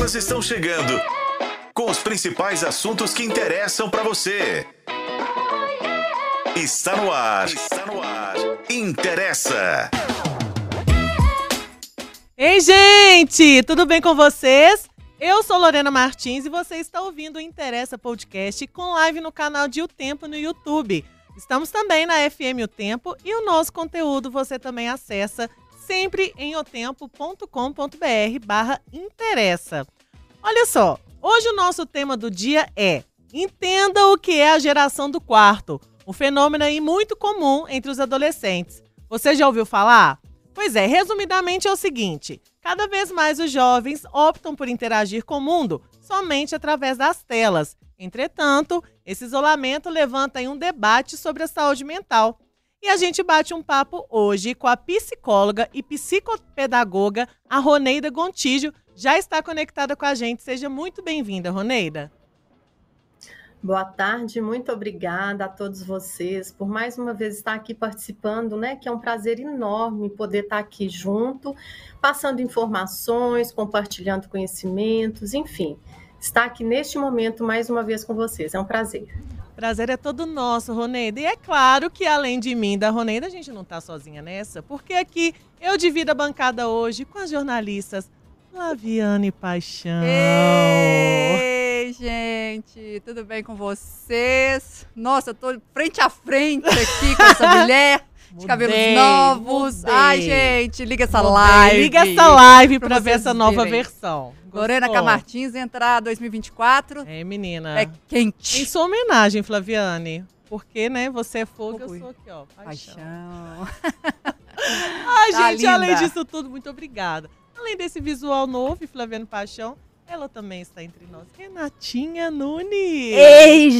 Elas estão chegando com os principais assuntos que interessam para você. Está no ar. Está no ar. Interessa. Ei, gente! Tudo bem com vocês? Eu sou Lorena Martins e você está ouvindo o Interessa Podcast com live no canal de O Tempo no YouTube. Estamos também na FM O Tempo e o nosso conteúdo você também acessa sempre em otempo.com.br/interessa. Olha só, hoje o nosso tema do dia é Entenda o que é a geração do quarto, um fenômeno aí muito comum entre os adolescentes. Você já ouviu falar? Pois é, resumidamente é o seguinte, cada vez mais os jovens optam por interagir com o mundo somente através das telas. Entretanto, esse isolamento levanta aí um debate sobre a saúde mental. E a gente bate um papo hoje com a psicóloga e psicopedagoga, a Roneida Gontijo, já está conectada com a gente. Seja muito bem-vinda, Roneida. Boa tarde, muito obrigada a todos vocês por mais uma vez estar aqui participando, né? Que é um prazer enorme poder estar aqui junto, passando informações, compartilhando conhecimentos, enfim, estar aqui neste momento mais uma vez com vocês. É um prazer. Prazer é todo nosso, Roneida. E é claro que além de mim e da Roneida, a gente não está sozinha nessa, porque aqui eu divido a bancada hoje com as jornalistas Flaviane Paixão. Ei, gente, tudo bem com vocês? Nossa, eu tô frente a frente aqui com essa mulher de cabelos novos. Ai, gente, liga essa live. Liga essa live pra ver essa nova versão. Lorena Camartins entrar 2024. É, menina. É quente. Em sua homenagem, Flaviane. Porque, né, você é fogo, eu sou aqui, ó. Paixão. Ai, Tá gente, linda. além disso tudo, muito obrigada. Além desse visual novo, Flaviane Paixão, ela também está entre nós. Renatinha Nunes. Ei,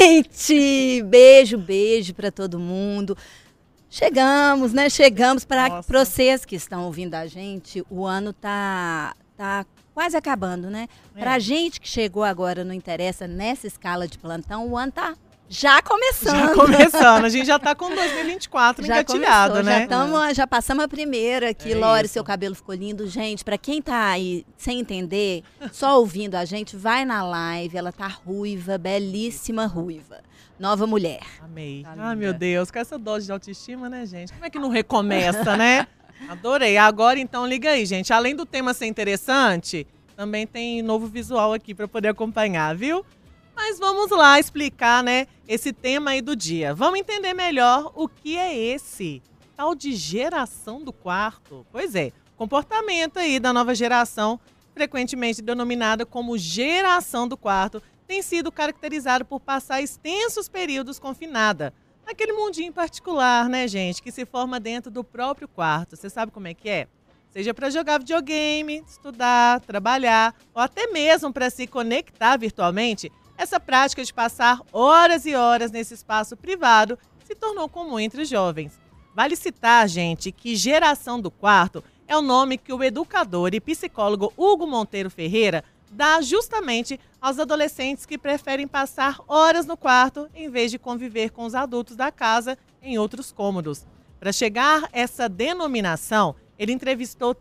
gente! Beijo pra todo mundo. Chegamos, né? Chegamos para vocês que estão ouvindo a gente. O ano tá quase acabando, né? Pra gente que chegou agora, não interessa, nessa escala de plantão, o ano tá já começando. Já começando. A gente já tá com 2024 engatilhado, né? Já passamos a primeira aqui. Lore, seu cabelo ficou lindo. Gente, pra quem tá aí sem entender, só ouvindo a gente, vai na live. Ela tá ruiva, belíssima ruiva. Nova mulher. Amei. Tá Ai, linda. meu Deus, com essa dose de autoestima, né, gente? Como é que não recomeça, né? Adorei. Agora, então, liga aí, gente. Além do tema ser interessante, também tem novo visual aqui para poder acompanhar, viu? Mas vamos lá explicar, né, esse tema aí do dia. Vamos entender melhor o que é esse tal de geração do quarto. Pois é, comportamento aí da nova geração, frequentemente denominada como geração do quarto, tem sido caracterizado por passar extensos períodos confinada. Naquele mundinho particular, né, gente, que se forma dentro do próprio quarto. Você sabe como é que é? Seja para jogar videogame, estudar, trabalhar, ou até mesmo para se conectar virtualmente, essa prática de passar horas e horas nesse espaço privado se tornou comum entre os jovens. Vale citar, gente, que geração do quarto é o nome que o educador e psicólogo Hugo Monteiro Ferreira dá justamente aos adolescentes que preferem passar horas no quarto em vez de conviver com os adultos da casa em outros cômodos. Para chegar a essa denominação, ele entrevistou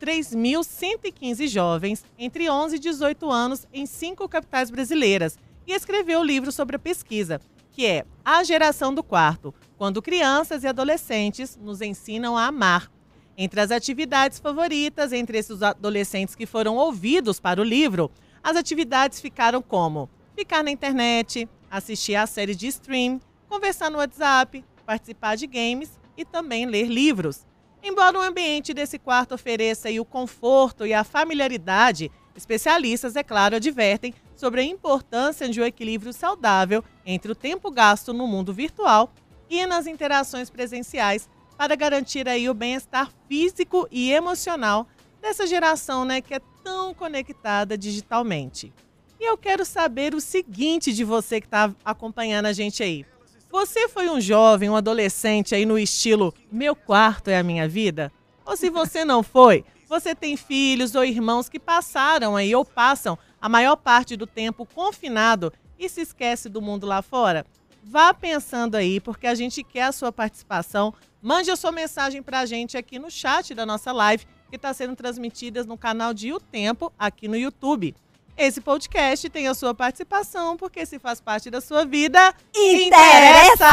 3.115 jovens entre 11 e 18 anos em 5 capitais brasileiras e escreveu o livro sobre a pesquisa, que é A Geração do Quarto, quando crianças e adolescentes nos ensinam a amar. Entre as atividades favoritas entre esses adolescentes que foram ouvidos para o livro, as atividades ficaram como ficar na internet, assistir a série de stream, conversar no WhatsApp, participar de games e também ler livros. Embora o ambiente desse quarto ofereça aí o conforto e a familiaridade, especialistas, é claro, advertem sobre a importância de um equilíbrio saudável entre o tempo gasto no mundo virtual e nas interações presenciais para garantir aí o bem-estar físico e emocional dessa geração, né, que é tão conectada digitalmente. E eu quero saber o seguinte de você que está acompanhando a gente aí. Você foi um jovem, um adolescente aí no estilo meu quarto é a minha vida? Ou se você não foi, você tem filhos ou irmãos que passaram aí ou passam a maior parte do tempo confinado e se esquece do mundo lá fora? Vá pensando aí, porque a gente quer a sua participação. Mande a sua mensagem para a gente aqui no chat da nossa live, que está sendo transmitida no canal de O Tempo, aqui no YouTube. esse podcast tem a sua participação, porque se faz parte da sua vida, interessa!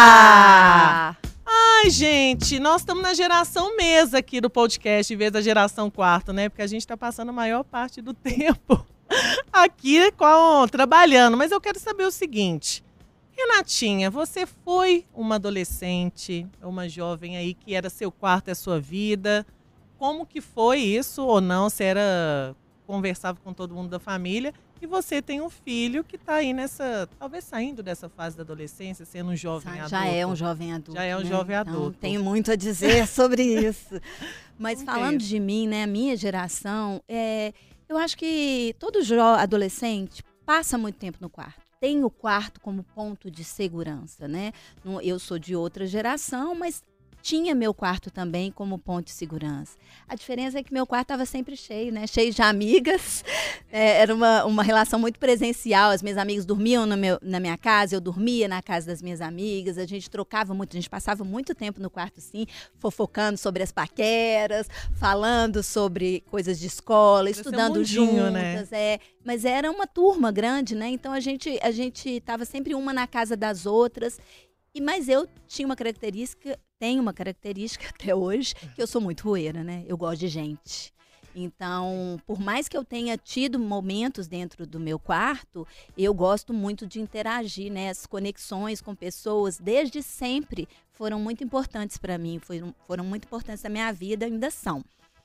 Ai, gente, nós estamos na geração mesa aqui do podcast, em vez da geração quarto, né? Porque a gente está passando a maior parte do tempo aqui trabalhando. Mas eu quero saber o seguinte, Renatinha, você foi uma adolescente, uma jovem aí que era seu quarto, é sua vida. Como que foi isso ou não? Você conversava com todo mundo da família e você tem um filho que está aí talvez saindo dessa fase da adolescência, sendo um jovem adulto. Já é um jovem adulto. Já é um jovem adulto. Então, tenho muito a dizer sobre isso. Mas Vamos falando ver. de mim, né, a minha geração, eu acho que todo adolescente passa muito tempo no quarto. Tem o quarto como ponto de segurança, né? Eu sou de outra geração, mas tinha meu quarto também como ponto de segurança. A diferença é que meu quarto estava sempre cheio, né? Cheio de amigas. Era uma relação muito presencial. As minhas amigas dormiam na minha casa, eu dormia na casa das minhas amigas. A gente trocava muito, a gente passava muito tempo no quarto, sim, fofocando sobre as paqueras, falando sobre coisas de escola, estudando juntas. Né? Mas era uma turma grande, né? Então a gente estava sempre uma na casa das outras. Mas eu tenho uma característica até hoje, que eu sou muito rueira, né? Eu gosto de gente. Então, por mais que eu tenha tido momentos dentro do meu quarto, eu gosto muito de interagir, né? As conexões com pessoas, desde sempre, foram muito importantes para mim, foram muito importantes na minha vida, ainda são.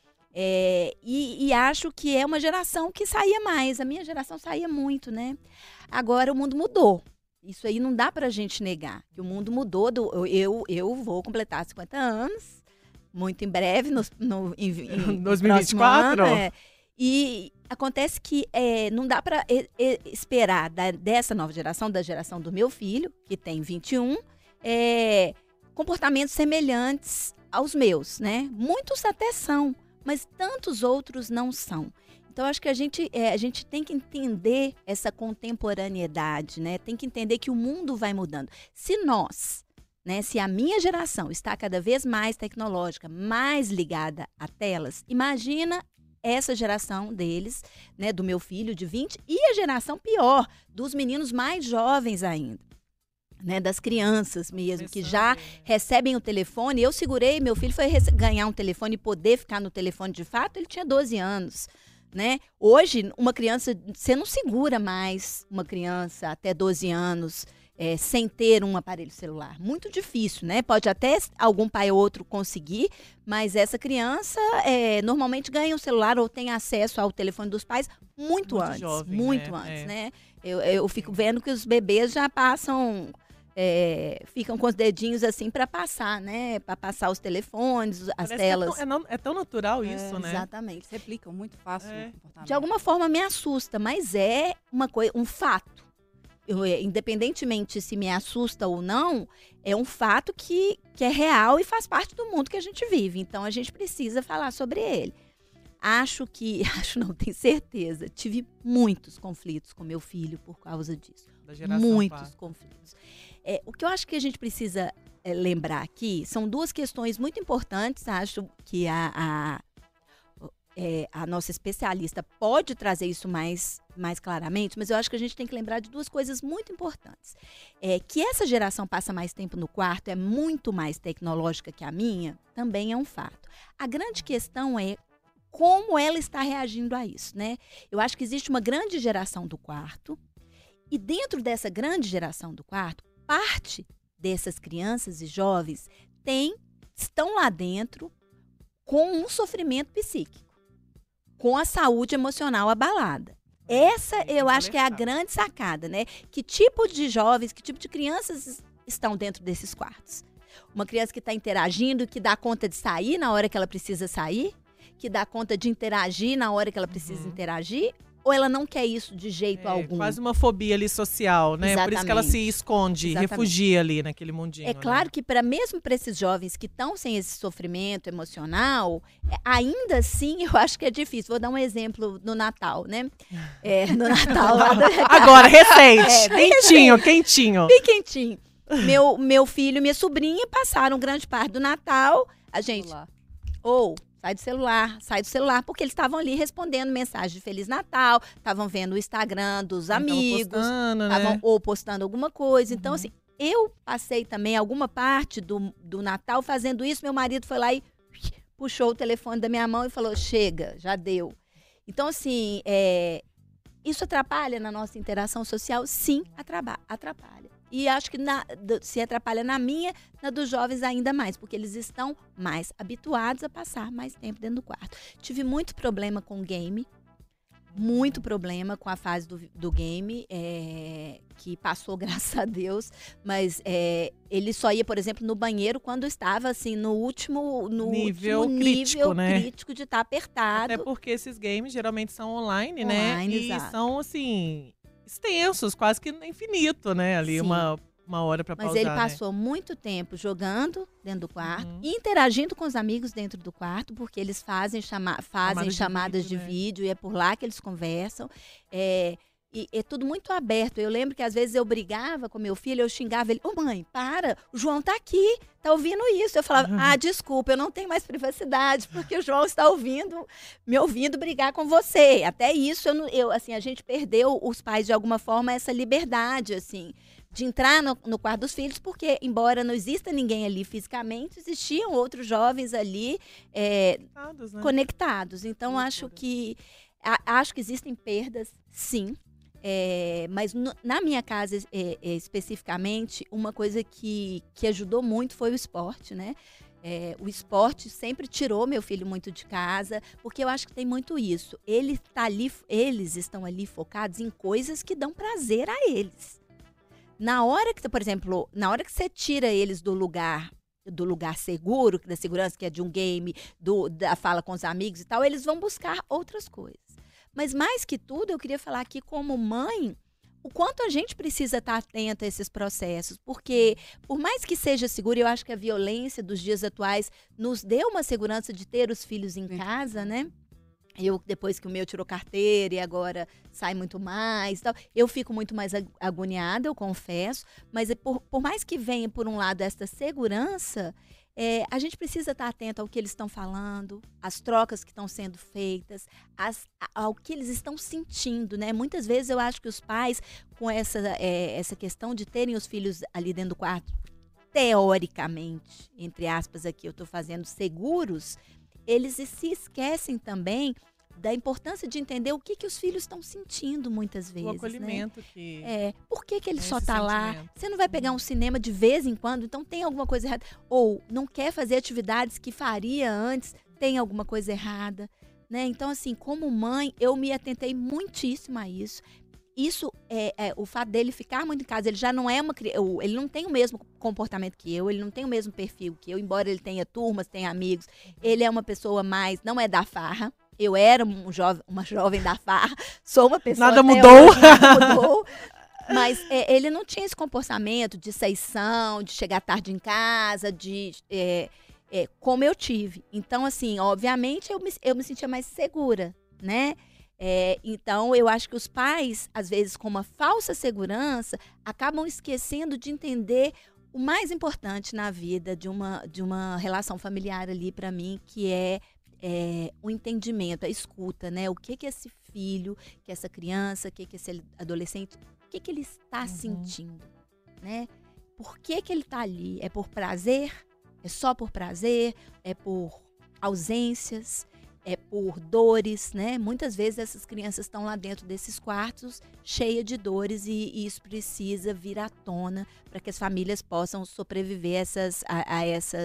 E acho que é uma geração que saía mais. A minha geração saía muito, né? Agora o mundo mudou. Isso aí não dá pra gente negar, que o mundo mudou. Eu vou completar 50 anos, muito em breve, em 2024. E acontece que não dá pra esperar dessa nova geração, da geração do meu filho, que tem 21, comportamentos semelhantes aos meus, né? Muitos até são, mas tantos outros não são. Então, acho que a gente tem que entender essa contemporaneidade, né? Tem que entender que o mundo vai mudando. Se a minha geração está cada vez mais tecnológica, mais ligada a telas, imagina essa geração deles, né, do meu filho de 20, e a geração pior, dos meninos mais jovens ainda. Né, das crianças mesmo, que já recebem o telefone. Eu segurei, meu filho foi ganhar um telefone e poder ficar no telefone de fato, ele tinha 12 anos. Né? Hoje, uma criança, você não segura mais uma criança até 12 anos sem ter um aparelho celular. Muito difícil, né? Pode até algum pai ou outro conseguir, mas essa criança normalmente ganha um celular ou tem acesso ao telefone dos pais muito antes. Jovem, muito antes, né? Eu fico vendo que os bebês já passam... ficam com os dedinhos assim para passar, né? Para passar os telefones, as telas. É tão natural isso, né? Exatamente. Eles replicam muito fácil o comportamento. De alguma forma me assusta, mas é um fato. Independentemente se me assusta ou não, é um fato que é real e faz parte do mundo que a gente vive. Então a gente precisa falar sobre ele. Tenho certeza, tive muitos conflitos com meu filho por causa disso. Muitos conflitos. O que eu acho que a gente precisa lembrar aqui são duas questões muito importantes. Acho que a nossa especialista pode trazer isso mais claramente, mas eu acho que a gente tem que lembrar de duas coisas muito importantes. Que essa geração passa mais tempo no quarto, é muito mais tecnológica que a minha, também é um fato. A grande questão é como ela está reagindo a isso, né? Eu acho que existe uma grande geração do quarto, e dentro dessa grande geração do quarto, parte dessas crianças e jovens estão lá dentro com um sofrimento psíquico, com a saúde emocional abalada. Essa eu acho que é a grande sacada, né? Que tipo de jovens, que tipo de crianças estão dentro desses quartos? Uma criança que está interagindo, que dá conta de sair na hora que ela precisa sair, que dá conta de interagir na hora que ela precisa interagir, ou ela não quer isso de jeito algum? Quase uma fobia ali social, né? Exatamente. Por isso que ela se esconde, refugia ali naquele mundinho. É claro que mesmo para esses jovens que estão sem esse sofrimento emocional, ainda assim eu acho que é difícil. Vou dar um exemplo no Natal, né? No Natal lá da minha casa. Agora, recente. Quentinho. Bem quentinho. Meu filho e minha sobrinha passaram grande parte do Natal. A gente... sai do celular, porque eles estavam ali respondendo mensagem de Feliz Natal, estavam vendo o Instagram dos amigos, estavam ou postando alguma coisa. Então, assim, eu passei também alguma parte do Natal fazendo isso, meu marido foi lá e puxou o telefone da minha mão e falou, chega, já deu. Então, assim, isso atrapalha na nossa interação social? Sim, atrapalha. E acho que se atrapalha na minha, na dos jovens ainda mais, porque eles estão mais habituados a passar mais tempo dentro do quarto. Tive muito problema com game, muito problema com a fase do game, que passou, graças a Deus, mas ele só ia, por exemplo, no banheiro quando estava, assim, no último nível crítico de estar apertado. Até porque esses games geralmente são online, né? E exato. são, assim, extensos, quase que infinito, né? Ali, uma hora pra pausar, mas ele passou muito tempo jogando dentro do quarto, interagindo com os amigos dentro do quarto, porque eles fazem chamadas de vídeo, e é por lá que eles conversam. E é tudo muito aberto. Eu lembro que às vezes eu brigava com meu filho, eu xingava ele, mãe, para, o João tá aqui, tá ouvindo isso. Eu falava, desculpa, eu não tenho mais privacidade, porque o João está me ouvindo brigar com você. Até isso, assim, a gente perdeu, os pais, de alguma forma, essa liberdade, assim, de entrar no quarto dos filhos, porque, embora não exista ninguém ali fisicamente, existiam outros jovens ali conectados. Então, acho que existem perdas, sim. Mas na minha casa, especificamente, uma coisa que ajudou muito foi o esporte, né? O esporte sempre tirou meu filho muito de casa, porque eu acho que tem muito isso. Eles estão ali focados em coisas que dão prazer a eles. Na hora que, por exemplo, você tira eles do lugar seguro, da segurança, que é de um game, da fala com os amigos e tal, eles vão buscar outras coisas. Mas mais que tudo, eu queria falar aqui como mãe, o quanto a gente precisa estar atenta a esses processos, porque por mais que seja seguro, eu acho que a violência dos dias atuais nos deu uma segurança de ter os filhos em casa, né? Eu, depois que o meu tirou carteira e agora sai muito mais e tal, eu fico muito mais agoniada, eu confesso, mas por mais que venha, por um lado, esta segurança, a gente precisa estar atento ao que eles estão falando, às trocas que estão sendo feitas, ao que eles estão sentindo, né? Muitas vezes eu acho que os pais, com essa questão de terem os filhos ali dentro do quarto, teoricamente, entre aspas aqui eu estou fazendo, seguros, eles se esquecem também da importância de entender o que os filhos estão sentindo muitas vezes. O acolhimento, né? Por que ele só está lá? Você não vai pegar um cinema de vez em quando, então tem alguma coisa errada. Ou não quer fazer atividades que faria antes, tem alguma coisa errada. Né? Então, assim, como mãe, eu me atentei muitíssimo a isso. Isso, o fato dele ficar muito em casa, ele já não é ele não tem o mesmo comportamento que eu, ele não tem o mesmo perfil que eu, embora ele tenha turmas, tenha amigos, ele é uma pessoa mais, não é da farra. Eu era uma jovem da farra, sou uma pessoa nada mudou. Nada mudou. Mas ele não tinha esse comportamento de saição, de chegar tarde em casa, como eu tive. Então, assim, obviamente, eu me sentia mais segura, né? Então, eu acho que os pais, às vezes, com uma falsa segurança, acabam esquecendo de entender o mais importante na vida de uma relação familiar ali, para mim, que é o entendimento, a escuta, né? O que esse filho, que essa criança, que esse adolescente, o que ele está sentindo, né? Por que ele está ali? É por prazer? É só por prazer? É por ausências? É por dores, né? Muitas vezes essas crianças estão lá dentro desses quartos cheias de dores e isso precisa vir à tona para que as famílias possam sobreviver a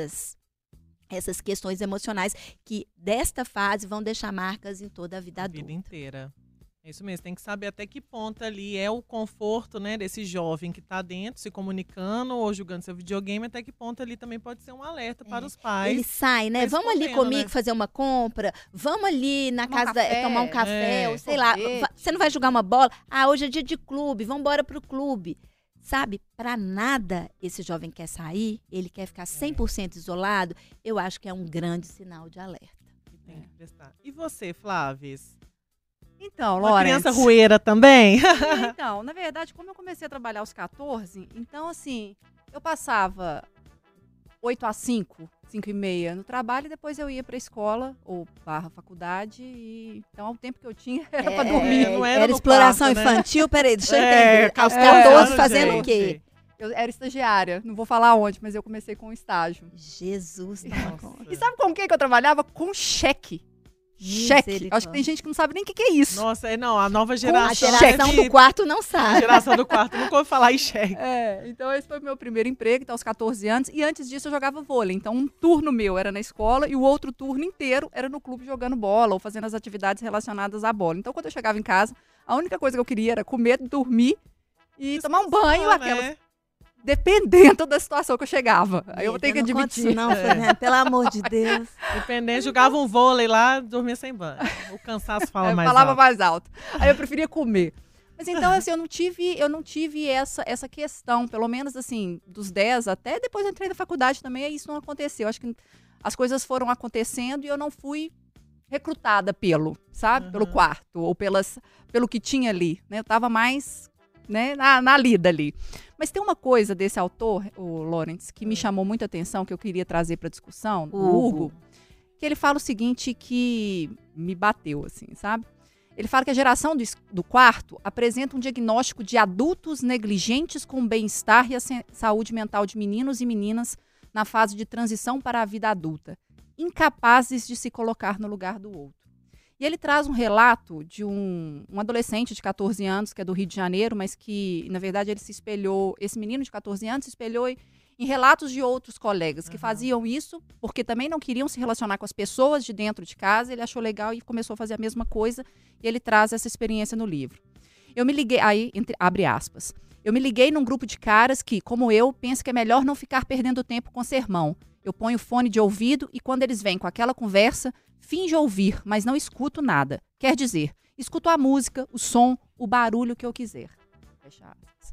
essas questões emocionais que desta fase vão deixar marcas em toda a vida adulta. A vida inteira. É isso mesmo, tem que saber até que ponto ali é o conforto, né, desse jovem que está dentro, se comunicando ou jogando seu videogame, até que ponto ali também pode ser um alerta para os pais. Ele sai, né? Vamos ali comigo, né, fazer uma compra, vamos ali na casa tomar um café, ou sei lá, você não vai jogar uma bola? Hoje é dia de clube, vamos embora pro clube. Sabe, para nada esse jovem quer sair, ele quer ficar 100% isolado, eu acho que é um grande sinal de alerta. Tem que prestar. E você, Flávia? Então, uma criança rueira também? Então, na verdade, como eu comecei a trabalhar aos 14, então, assim, eu passava 8 às 5, 5h30 no trabalho, e depois eu ia pra escola, ou faculdade, então o tempo que eu tinha era pra dormir. Não era exploração quarto, né? infantil, peraí, deixa eu entender. Aos 14 14 fazendo gente. o quê? Eu era estagiária, não vou falar onde, mas eu comecei com estágio. Jesus, toma conta. E sabe com quem que eu trabalhava? Com cheque. Cheque. Acho que tem gente que não sabe nem o que é isso. Nossa, não, a nova geração. A geração do quarto não A sabe. geração do quarto nunca ouviu falar em cheque. Então esse foi o meu primeiro emprego, então aos 14 anos. E antes disso eu jogava vôlei. Então um turno meu era na escola e o outro turno inteiro era no clube jogando bola ou fazendo as atividades relacionadas à bola. Então quando eu chegava em casa, a única coisa que eu queria era comer, dormir e tomar um banho, aquelas... Dependendo da situação que eu chegava. Aí eu vou ter que admitir. Isso não, Fernanda, pelo amor de Deus. Dependendo, jogava um vôlei lá, dormia sem banho. O cansaço fala mais falava alto. mais alto. Aí eu preferia comer. Mas então, assim, eu não tive essa questão, pelo menos, assim, dos 10 até depois eu entrei na faculdade também, aí isso não aconteceu. Acho que as coisas foram acontecendo e eu não fui recrutada pelo quarto, ou pelo que tinha ali, né? Eu tava mais, né, na lida ali. Mas tem uma coisa desse autor, o Lawrence, que me chamou muita atenção, que eu queria trazer para discussão, o Hugo, que ele fala o seguinte que me bateu, assim, sabe? Ele fala que a geração do quarto apresenta um diagnóstico de adultos negligentes com o bem-estar e a saúde mental de meninos e meninas na fase de transição para a vida adulta, incapazes de se colocar no lugar do outro. E ele traz um relato de um adolescente de 14 anos, que é do Rio de Janeiro, mas que, na verdade, esse menino de 14 anos se espelhou em relatos de outros colegas que faziam isso porque também não queriam se relacionar com as pessoas de dentro de casa. Ele achou legal e começou a fazer a mesma coisa, e ele traz essa experiência no livro. Eu me liguei, abre aspas, eu me liguei num grupo de caras que, como eu, pensam que é melhor não ficar perdendo tempo com sermão. Eu ponho fone de ouvido e quando eles vêm com aquela conversa, finjo ouvir, mas não escuto nada. Quer dizer, escuto a música, o som, o barulho que eu quiser. Fecha aspas.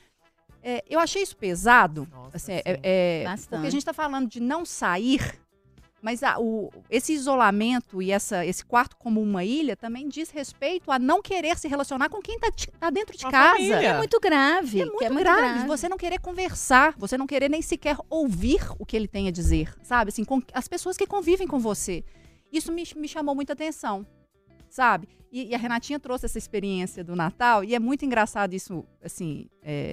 Eu achei isso pesado, Nossa, assim, porque a gente está falando de não sair, mas esse isolamento e esse quarto como uma ilha também diz respeito a não querer se relacionar com quem está dentro de casa. Família. É muito grave. É muito grave. Você não querer conversar, você não querer nem sequer ouvir o que ele tem a dizer, sabe? Assim, com as pessoas que convivem com você. Isso me chamou muita atenção, sabe? E a Renatinha trouxe essa experiência do Natal, e é muito engraçado isso, assim,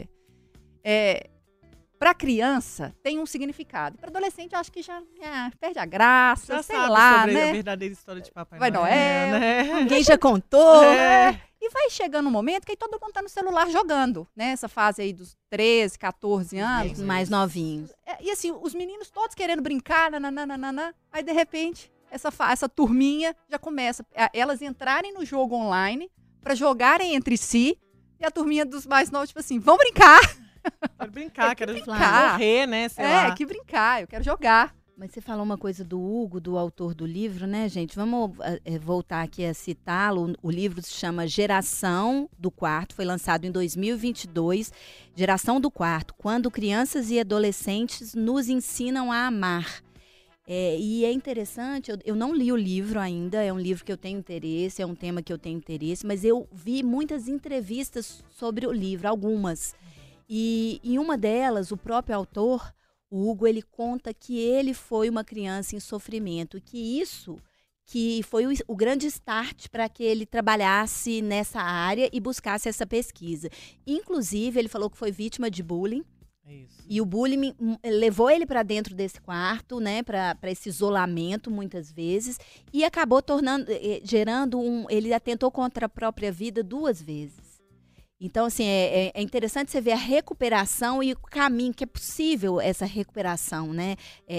para criança tem um significado. Para adolescente, eu acho que já perde a graça, Já sei sabe lá, sobre né? a verdadeira história de Papai Vai Noel, né? Ninguém já contou. E vai chegando um momento que aí todo mundo tá no celular jogando, né? Essa fase aí dos 13, 14 anos. Mais novinhos. E assim, os meninos todos querendo brincar, nananana, aí de repente, essa turminha já começa, elas entrarem no jogo online pra jogarem entre si, e a turminha dos mais novos, tipo assim, vão brincar. Quero brincar, quero brincar. correr, né? Sei lá. Que brincar, eu quero jogar. Mas você falou uma coisa do Hugo, do autor do livro, né, gente? Vamos voltar aqui a citá-lo. O livro se chama Geração do Quarto, foi lançado em 2022. Geração do Quarto, quando crianças e adolescentes nos ensinam a amar. E é interessante, eu não li o livro ainda, é um livro que eu tenho interesse, é um tema que eu tenho interesse, mas eu vi muitas entrevistas sobre o livro, algumas. E em uma delas, o próprio autor, o Hugo, ele conta que ele foi uma criança em sofrimento, e que foi o grande start para que ele trabalhasse nessa área e buscasse essa pesquisa. Inclusive, ele falou que foi vítima de bullying. Isso. E o bullying levou ele para dentro desse quarto, né, para esse isolamento muitas vezes, e acabou gerando ele atentou contra a própria vida 2 vezes. Então, assim, é interessante você ver a recuperação e o caminho que é possível essa recuperação, né?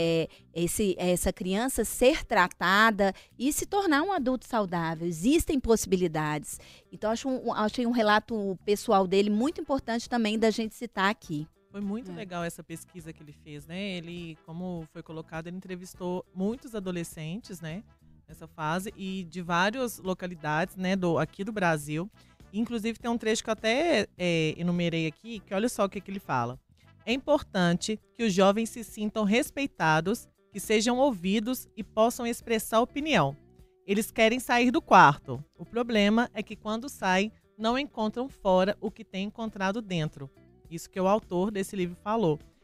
Essa criança ser tratada e se tornar um adulto saudável. Existem possibilidades. Então, achei um relato pessoal dele muito importante também da gente citar aqui. Foi muito legal essa pesquisa que ele fez, né? Ele, como foi colocado, ele entrevistou muitos adolescentes, né? Nessa fase, e de várias localidades, né? Aqui do Brasil. Inclusive, tem um trecho que eu até enumerei aqui, que olha só o que ele fala. É importante que os jovens se sintam respeitados, que sejam ouvidos e possam expressar opinião. Eles querem sair do quarto. O problema é que quando saem, não encontram fora o que têm encontrado dentro. Isso que o autor desse livro falou.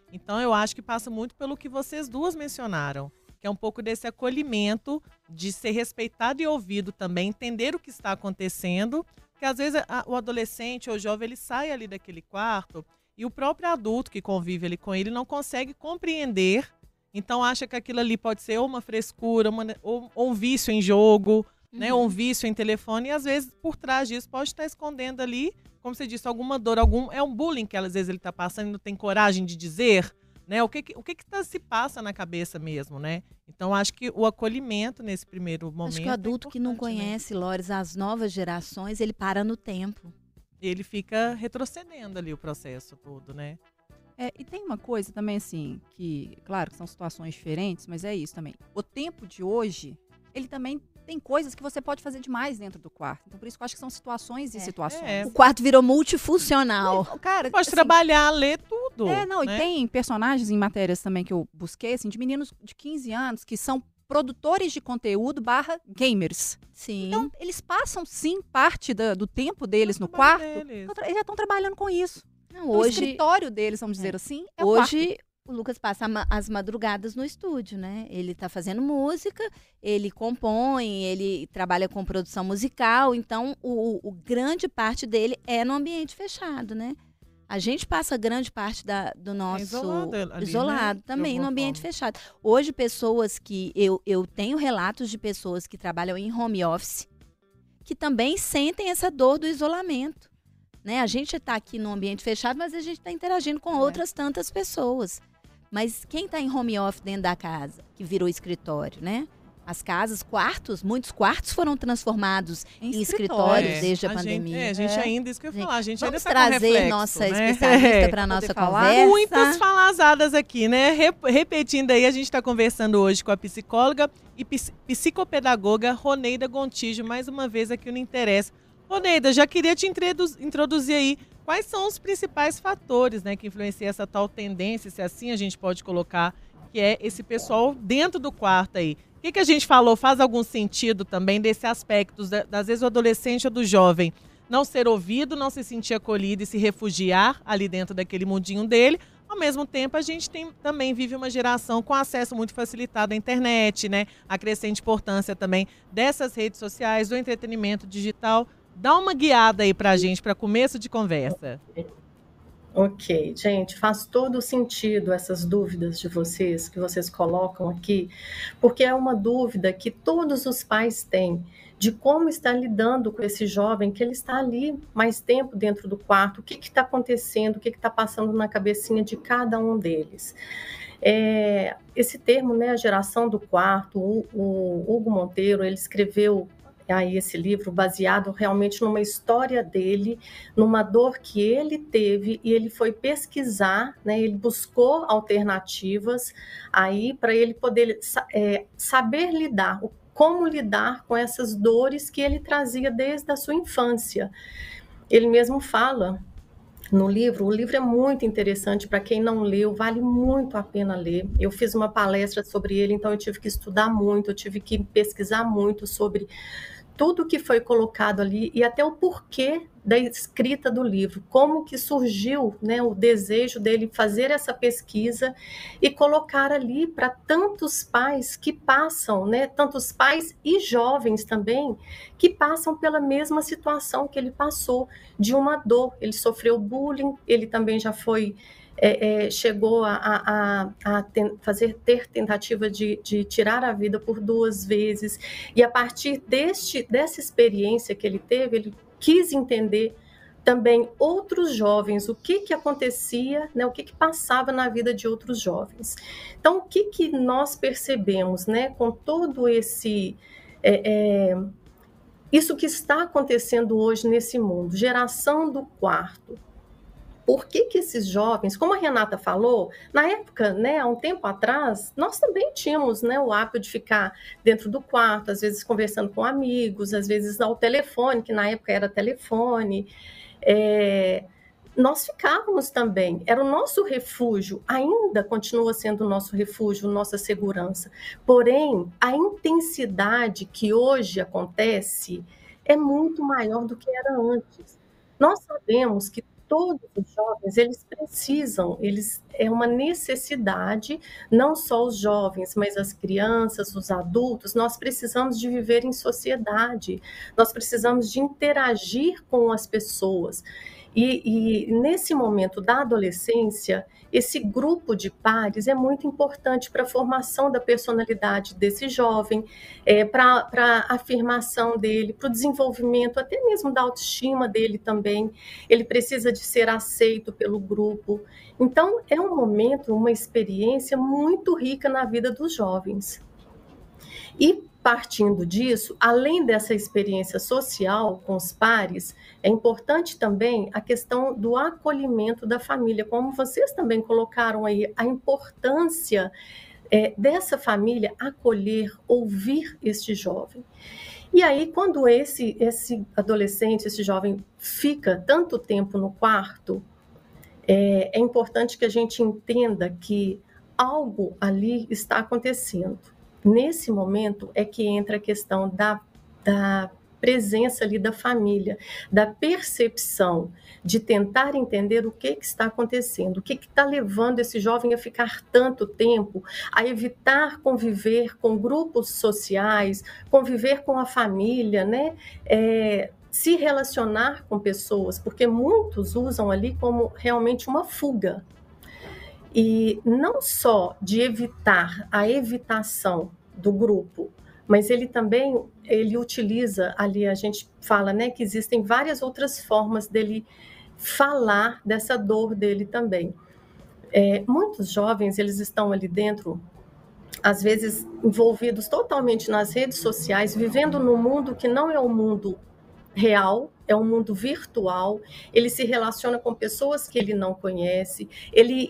Então, eu acho que passa muito pelo que vocês duas mencionaram, que é um pouco desse acolhimento, de ser respeitado e ouvido também, entender o que está acontecendo, porque às vezes o adolescente ou o jovem, ele sai ali daquele quarto e o próprio adulto que convive ali com ele não consegue compreender, então acha que aquilo ali pode ser ou uma frescura, ou um vício em jogo, né, ou um vício em telefone, e às vezes por trás disso pode estar escondendo ali, como você disse, alguma dor, é um bullying que às vezes ele está passando e não tem coragem de dizer, né? O que se passa na cabeça mesmo, né? Então, acho que o acolhimento nesse primeiro momento. Acho que o adulto que não conhece, né, Lores, as novas gerações, ele para no tempo. Ele fica retrocedendo ali o processo todo, né? E tem uma coisa também, assim, que, claro, que são situações diferentes, mas é isso também. O tempo de hoje, ele também tem coisas que você pode fazer demais dentro do quarto. Então, por isso que eu acho que são situações e situações. O quarto virou multifuncional. Cara, pode trabalhar, ler tudo. Né? E tem personagens em matérias também que eu busquei, assim, de meninos de 15 anos que são produtores de conteúdo / gamers. Sim. Então, eles passam, sim, parte do tempo deles no quarto. Eles já estão trabalhando com isso. Não, hoje, o escritório deles, vamos dizer assim, é hoje, o quarto. O Lucas passa as madrugadas no estúdio, né? Ele tá fazendo música, ele compõe, ele trabalha com produção musical, então o grande parte dele é no ambiente fechado, né? A gente passa grande parte do nosso isolado, né? Também no ambiente fechado. Hoje, pessoas que eu tenho relatos de pessoas que trabalham em home office que também sentem essa dor do isolamento, né? A gente está aqui no ambiente fechado, mas a gente está interagindo com outras tantas pessoas. Mas quem está em home office dentro da casa, que virou escritório, né? As casas, muitos quartos foram transformados em escritórios desde a pandemia. A gente ainda, isso que eu ia falar, a gente ainda vamos está trazer com reflexo, nossa né? especialista para a nossa conversa. Muitas falazadas aqui, né? Repetindo aí, a gente está conversando hoje com a psicóloga e psicopedagoga Roneida Gontijo, mais uma vez aqui no Interessa. Roneida, já queria te introduzir aí quais são os principais fatores, né, que influenciam essa tal tendência, se assim a gente pode colocar, que é esse pessoal dentro do quarto aí. O que a gente falou faz algum sentido também desse aspecto, às vezes o adolescente ou do jovem não ser ouvido, não se sentir acolhido e se refugiar ali dentro daquele mundinho dele. Ao mesmo tempo, a gente também vive uma geração com acesso muito facilitado à internet, né? A crescente importância também dessas redes sociais, do entretenimento digital. Dá uma guiada aí pra gente, para começo de conversa. Ok, gente, faz todo sentido essas dúvidas de vocês, que vocês colocam aqui, porque é uma dúvida que todos os pais têm, de como está lidando com esse jovem, que ele está ali mais tempo dentro do quarto, o que está acontecendo, o que está passando na cabecinha de cada um deles. Esse termo, né, a geração do quarto, o Hugo Monteiro, ele escreveu aí esse livro baseado realmente numa história dele, numa dor que ele teve, e ele foi pesquisar, né, ele buscou alternativas aí para ele poder saber lidar, como lidar com essas dores que ele trazia desde a sua infância. Ele mesmo fala no livro, o livro é muito interessante, para quem não leu, vale muito a pena ler. Eu fiz uma palestra sobre ele, então eu tive que estudar muito, eu tive que pesquisar muito sobre tudo que foi colocado ali e até o porquê da escrita do livro, como que surgiu, né, o desejo dele fazer essa pesquisa e colocar ali para tantos pais que passam, né, tantos pais e jovens também, que passam pela mesma situação que ele passou, de uma dor. Ele sofreu bullying, ele também já foi... chegou a ter tentativa de tirar a vida por 2 vezes, e a partir dessa experiência que ele teve, ele quis entender também outros jovens, o que acontecia, né, o que passava na vida de outros jovens. Então, o que nós percebemos, né, com todo esse... isso que está acontecendo hoje nesse mundo, geração do quarto. Por que esses jovens, como a Renata falou, na época, né, há um tempo atrás, nós também tínhamos, né, o hábito de ficar dentro do quarto, às vezes conversando com amigos, às vezes ao telefone, que na época era telefone. Nós ficávamos também, era o nosso refúgio, ainda continua sendo o nosso refúgio, nossa segurança. Porém, a intensidade que hoje acontece é muito maior do que era antes. Nós sabemos que todos os jovens, eles precisam, é uma necessidade, não só os jovens, mas as crianças, os adultos, nós precisamos de viver em sociedade, nós precisamos de interagir com as pessoas. E nesse momento da adolescência, esse grupo de pares é muito importante para a formação da personalidade desse jovem, para a afirmação dele, para o desenvolvimento até mesmo da autoestima dele também. Ele precisa de ser aceito pelo grupo. Então, é um momento, uma experiência muito rica na vida dos jovens. E partindo disso, além dessa experiência social com os pares, é importante também a questão do acolhimento da família, como vocês também colocaram aí, a importância dessa família acolher, ouvir este jovem. E aí, quando esse adolescente, esse jovem fica tanto tempo no quarto, é importante que a gente entenda que algo ali está acontecendo. Nesse momento é que entra a questão da presença ali da família, da percepção de tentar entender o que está acontecendo, o que está levando esse jovem a ficar tanto tempo, a evitar conviver com grupos sociais, conviver com a família, né? Se relacionar com pessoas, porque muitos usam ali como realmente uma fuga. E não só de evitar a evitação do grupo, mas ele também utiliza ali, a gente fala, né, que existem várias outras formas dele falar dessa dor dele também. Muitos jovens, eles estão ali dentro, às vezes envolvidos totalmente nas redes sociais, vivendo num mundo que não é um mundo real, é um mundo virtual. Ele se relaciona com pessoas que ele não conhece, ele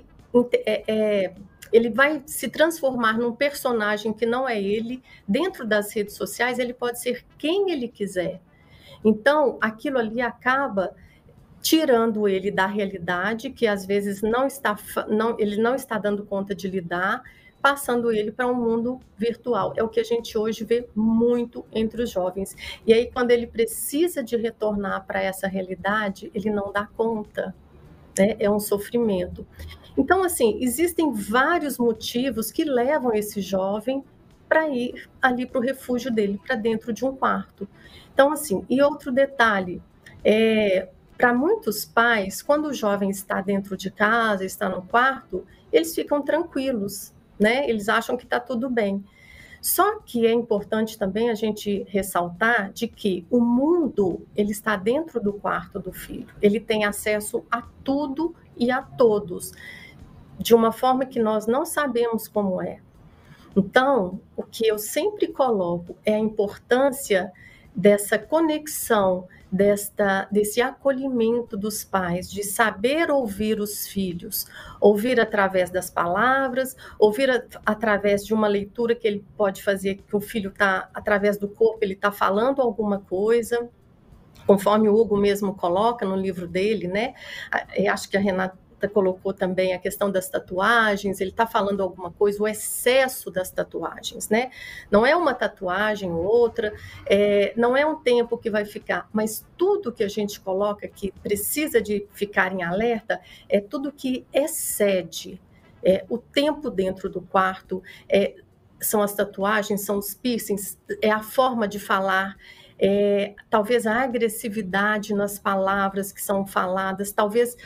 vai se transformar num personagem que não é ele. Dentro das redes sociais, ele pode ser quem ele quiser. Então, aquilo ali acaba tirando ele da realidade, que às vezes ele não está dando conta de lidar, passando ele para um mundo virtual. É o que a gente hoje vê muito entre os jovens. E aí, quando ele precisa de retornar para essa realidade, ele não dá conta, né? É um sofrimento. Então, assim, existem vários motivos que levam esse jovem para ir ali para o refúgio dele, para dentro de um quarto. Então, assim, e outro detalhe, para muitos pais, quando o jovem está dentro de casa, está no quarto, eles ficam tranquilos, né? Eles acham que está tudo bem. Só que é importante também a gente ressaltar de que o mundo, ele está dentro do quarto do filho. Ele tem acesso a tudo e a todos, de uma forma que nós não sabemos como é. Então, o que eu sempre coloco é a importância dessa conexão, desse acolhimento dos pais, de saber ouvir os filhos, ouvir através das palavras, ouvir através de uma leitura que ele pode fazer, que o filho está, através do corpo, ele está falando alguma coisa, conforme o Hugo mesmo coloca no livro dele, né? Eu acho que a Renata colocou também a questão das tatuagens, ele está falando alguma coisa, o excesso das tatuagens, né? Não é uma tatuagem ou outra, não é um tempo que vai ficar, mas tudo que a gente coloca que precisa de ficar em alerta é tudo que excede o tempo dentro do quarto, são as tatuagens, são os piercings, é a forma de falar, talvez a agressividade nas palavras que são faladas, talvez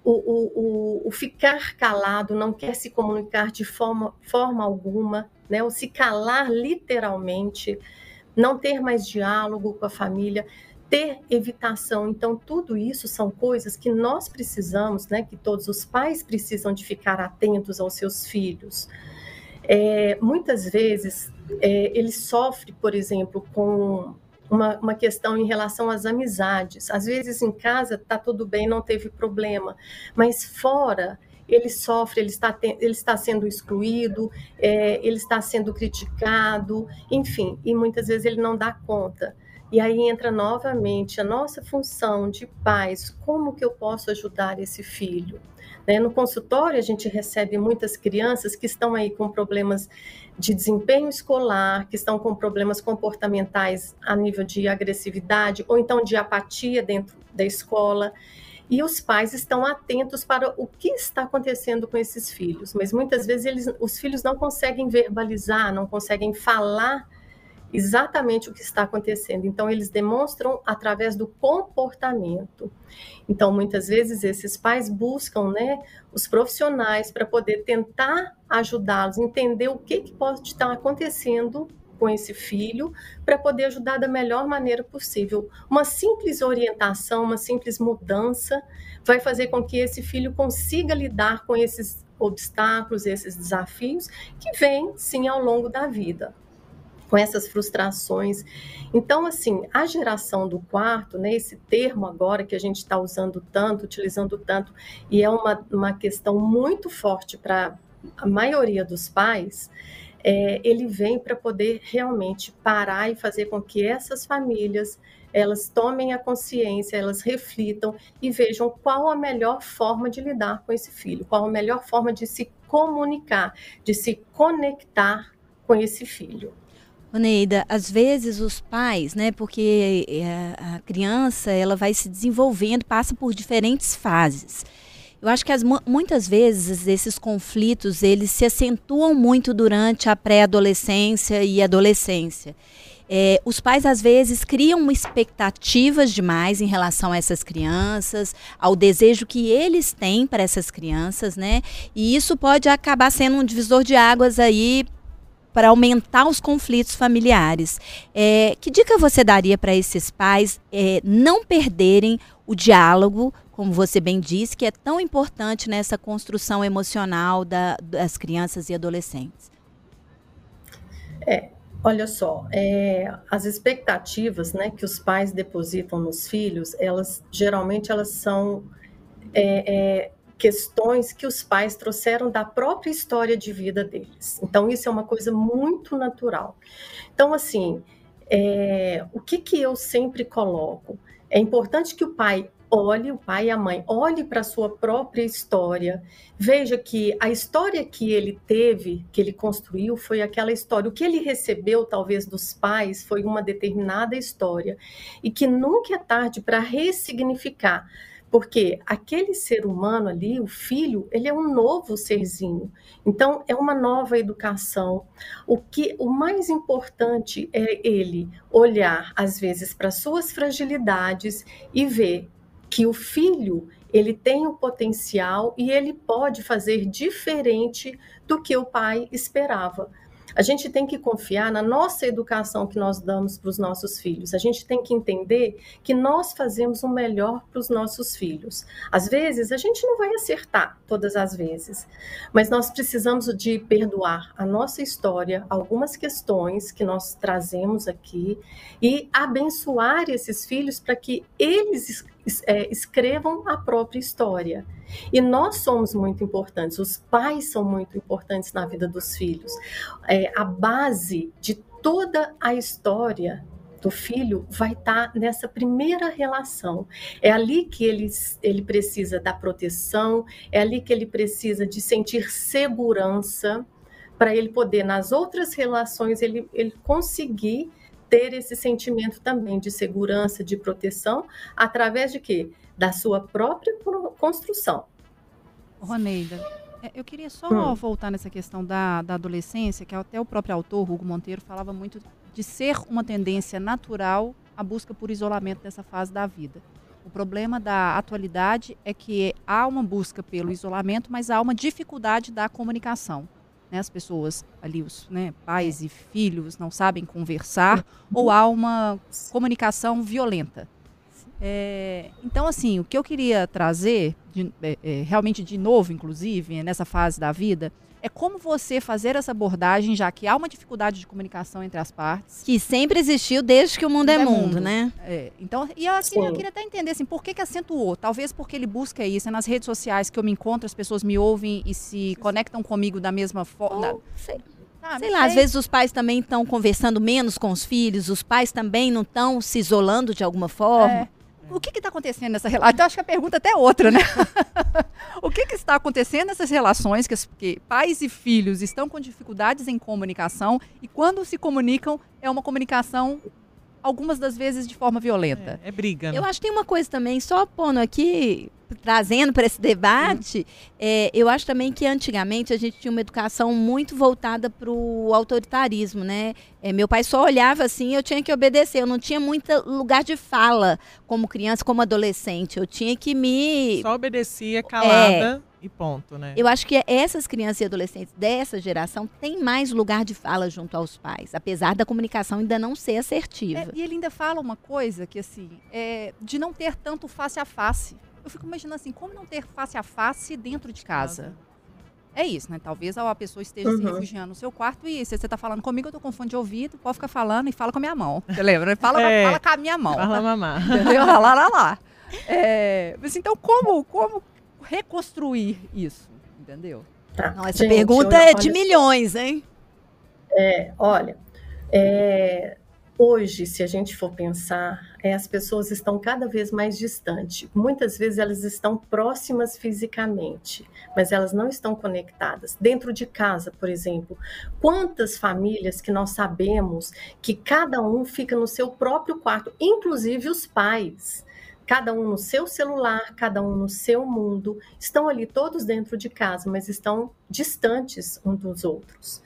o ficar calado, não quer se comunicar de forma alguma, né? O se calar literalmente, não ter mais diálogo com a família, ter evitação. Então, tudo isso são coisas que nós precisamos, né? Que todos os pais precisam de ficar atentos aos seus filhos. Muitas vezes, ele sofre, por exemplo, com uma questão em relação às amizades. Às vezes em casa está tudo bem, não teve problema, mas fora ele sofre, ele está sendo excluído, ele está sendo criticado, enfim, e muitas vezes ele não dá conta. E aí entra novamente a nossa função de pais, como que eu posso ajudar esse filho? No consultório, a gente recebe muitas crianças que estão aí com problemas de desempenho escolar, que estão com problemas comportamentais a nível de agressividade, ou então de apatia dentro da escola. e os pais estão atentos para o que está acontecendo com esses filhos. Mas muitas vezes os filhos não conseguem verbalizar, não conseguem falar exatamente o que está acontecendo. Então, eles demonstram através do comportamento. Então, muitas vezes, esses pais buscam, né, os profissionais para poder tentar ajudá-los, entender o que pode estar acontecendo com esse filho, para poder ajudar da melhor maneira possível. Uma simples orientação, uma simples mudança, vai fazer com que esse filho consiga lidar com esses obstáculos, esses desafios, que vêm, sim, ao longo da vida, com essas frustrações. Então, assim, a geração do quarto, né, esse termo agora que a gente está usando tanto, utilizando tanto, e é uma questão muito forte para a maioria dos pais, ele vem para poder realmente parar e fazer com que essas famílias, elas tomem a consciência, elas reflitam e vejam qual a melhor forma de lidar com esse filho, qual a melhor forma de se comunicar, de se conectar com esse filho. Oneida, às vezes os pais, né, porque a criança ela vai se desenvolvendo, passa por diferentes fases. Eu acho que muitas vezes esses conflitos eles se acentuam muito durante a pré-adolescência e adolescência. Os pais às vezes criam expectativas demais em relação a essas crianças, ao desejo que eles têm para essas crianças, né? E isso pode acabar sendo um divisor de águas aí para aumentar os conflitos familiares. Que dica você daria para esses pais não perderem o diálogo, como você bem disse, que é tão importante nessa construção emocional das crianças e adolescentes? Olha só, as expectativas, né, que os pais depositam nos filhos, geralmente elas são questões que os pais trouxeram da própria história de vida deles. Então, isso é uma coisa muito natural. Então, assim, o que eu sempre coloco? É importante que o pai e a mãe olhe para a sua própria história, veja que a história que ele teve, que ele construiu, foi aquela história. O que ele recebeu, talvez, dos pais, foi uma determinada história, e que nunca é tarde para ressignificar. Porque aquele ser humano ali, o filho, ele é um novo serzinho. Então, é uma nova educação. O mais importante é ele olhar, às vezes, para suas fragilidades e ver que o filho, ele tem o potencial e ele pode fazer diferente do que o pai esperava. A gente tem que confiar na nossa educação que nós damos para os nossos filhos. A gente tem que entender que nós fazemos o melhor para os nossos filhos. Às vezes, a gente não vai acertar todas as vezes, mas nós precisamos de perdoar a nossa história, algumas questões que nós trazemos aqui e abençoar esses filhos para que eles escrevam a própria história. E nós somos muito importantes, os pais são muito importantes na vida dos filhos. A base de toda a história do filho vai estar nessa primeira relação. É ali que ele precisa da proteção, é ali que ele precisa de sentir segurança, para ele poder, nas outras relações, ele conseguir ter esse sentimento também de segurança, de proteção, através de quê? Da sua própria construção. Oneida, eu queria só voltar nessa questão da adolescência, que até o próprio autor, Hugo Monteiro, falava muito de ser uma tendência natural a busca por isolamento dessa fase da vida. O problema da atualidade é que há uma busca pelo isolamento, mas há uma dificuldade da comunicação. As pessoas ali, os pais e filhos não sabem conversar ou há uma comunicação violenta. Então, assim, o que eu queria trazer, realmente de novo, inclusive, nessa fase da vida, é como você fazer essa abordagem, já que há uma dificuldade de comunicação entre as partes. Que sempre existiu desde que o mundo é mundo, né? Então, eu queria até entender, assim, por que acentuou? Talvez porque ele busca isso, é nas redes sociais que eu me encontro, as pessoas me ouvem e se conectam comigo da mesma forma. Sei lá, às vezes os pais também estão conversando menos com os filhos, os pais também não estão se isolando de alguma forma. O que está acontecendo nessa relação? Então, acho que a pergunta até é outra, né? O que está acontecendo nessas relações que pais e filhos estão com dificuldades em comunicação e quando se comunicam é uma comunicação, algumas das vezes, de forma violenta? É briga, né? Eu acho que tem uma coisa também, só pondo aqui, trazendo para esse debate, eu acho também que antigamente a gente tinha uma educação muito voltada para o autoritarismo, né? Meu pai só olhava assim, eu tinha que obedecer, eu não tinha muito lugar de fala como criança, como adolescente, eu tinha que me... Só obedecia calada e ponto, né? Eu acho que essas crianças e adolescentes dessa geração têm mais lugar de fala junto aos pais, apesar da comunicação ainda não ser assertiva. E ele ainda fala uma coisa que, assim, de não ter tanto face a face. Eu fico imaginando assim, como não ter face a face dentro de casa? É isso, né? Talvez a pessoa esteja se refugiando no seu quarto e se você tá falando comigo, eu tô com fone de ouvido, pode ficar falando e fala com a minha mão. Você lembra? Fala com a minha mão. Fala, mamá. Entendeu? Lá. Mas então, como reconstruir isso? Entendeu? Tá. Não, essa Gente, pergunta é de milhões, hein? Olha, hoje, se a gente for pensar, as pessoas estão cada vez mais distantes. Muitas vezes elas estão próximas fisicamente, mas elas não estão conectadas. Dentro de casa, por exemplo, quantas famílias que nós sabemos que cada um fica no seu próprio quarto, inclusive os pais. Cada um no seu celular, cada um no seu mundo, estão ali todos dentro de casa, mas estão distantes uns dos outros.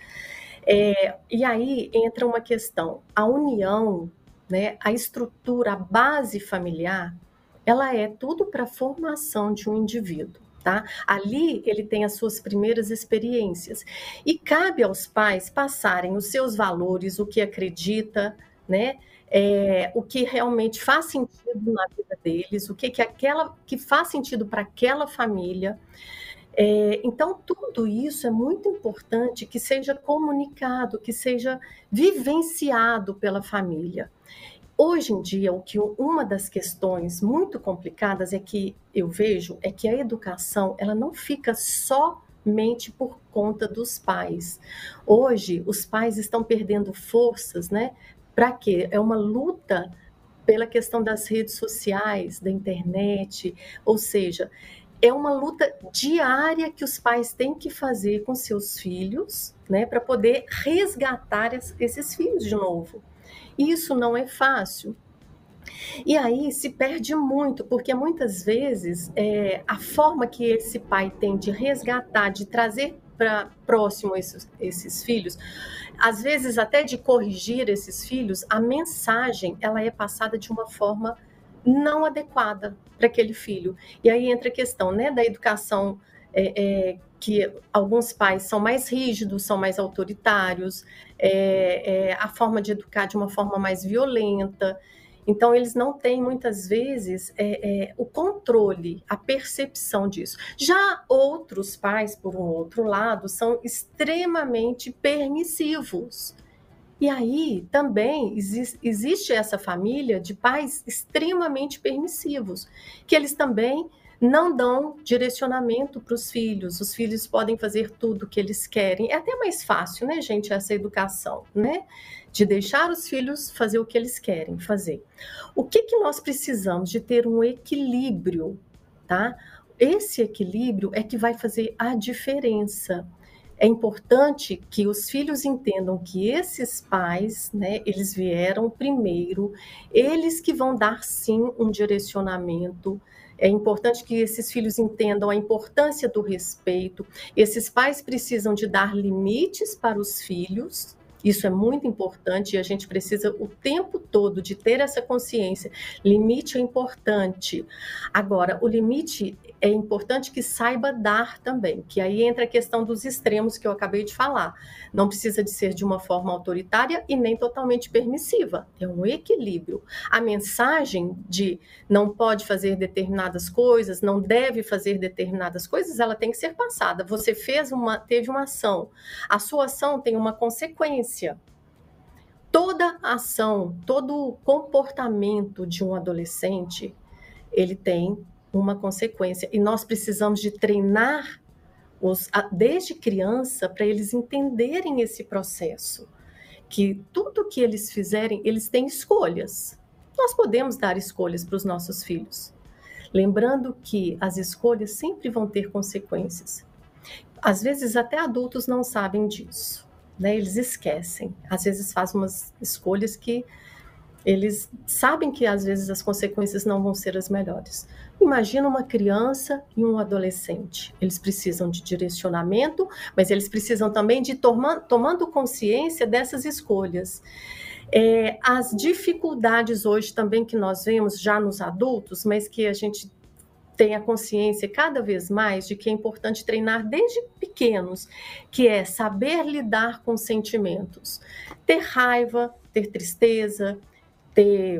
E aí entra uma questão, a união, né, a estrutura, a base familiar, ela é tudo para a formação de um indivíduo, tá? Ali ele tem as suas primeiras experiências e cabe aos pais passarem os seus valores, o que acredita, né? O que realmente faz sentido na vida deles, o que faz sentido para aquela família. Então, tudo isso é muito importante que seja comunicado, que seja vivenciado pela família. Hoje em dia, uma das questões muito complicadas que eu vejo é que a educação ela não fica somente por conta dos pais. Hoje, os pais estão perdendo forças, né? Para quê? É uma luta pela questão das redes sociais, da internet, ou seja, é uma luta diária que os pais têm que fazer com seus filhos, né, para poder resgatar esses filhos de novo. Isso não é fácil. E aí se perde muito, porque muitas vezes a forma que esse pai tem de resgatar, de trazer para próximo esses filhos, às vezes até de corrigir esses filhos, a mensagem ela é passada de uma forma não adequada para aquele filho. E aí entra a questão, né, da educação, que alguns pais são mais rígidos, são mais autoritários, a forma de educar de uma forma mais violenta. Então, eles não têm, muitas vezes, o controle, a percepção disso. Já outros pais, por um outro lado, são extremamente permissivos. E aí, também, existe essa família de pais extremamente permissivos, que eles também não dão direcionamento para os filhos podem fazer tudo o que eles querem. É até mais fácil, né, gente, essa educação, né? De deixar os filhos fazer o que eles querem fazer. O que nós precisamos? De ter um equilíbrio, tá? Esse equilíbrio é que vai fazer a diferença. É importante que os filhos entendam que esses pais, né, eles vieram primeiro, eles que vão dar sim um direcionamento. É importante que esses filhos entendam a importância do respeito. Esses pais precisam de dar limites para os filhos. Isso é muito importante e a gente precisa o tempo todo de ter essa consciência. Limite é importante. Agora, o limite é importante que saiba dar também, que aí entra a questão dos extremos que eu acabei de falar. Não precisa de ser de uma forma autoritária e nem totalmente permissiva. É um equilíbrio. A mensagem de não pode fazer determinadas coisas, não deve fazer determinadas coisas, ela tem que ser passada. Você teve uma ação. A sua ação tem uma consequência. Toda ação, todo comportamento de um adolescente, ele tem uma consequência. E nós precisamos de treinar desde criança para eles entenderem esse processo. Que tudo que eles fizerem, eles têm escolhas. Nós podemos dar escolhas para os nossos filhos. Lembrando que as escolhas sempre vão ter consequências. Às vezes até adultos não sabem disso, né? Eles esquecem. Às vezes fazem umas escolhas que Eles sabem que às vezes as consequências não vão ser as melhores. Imagina uma criança e um adolescente. Eles precisam de direcionamento, mas eles precisam também de tomando consciência dessas escolhas. As dificuldades hoje também que nós vemos já nos adultos, mas que a gente tem a consciência cada vez mais de que é importante treinar desde pequenos, que é saber lidar com sentimentos. Ter raiva, ter tristeza, ter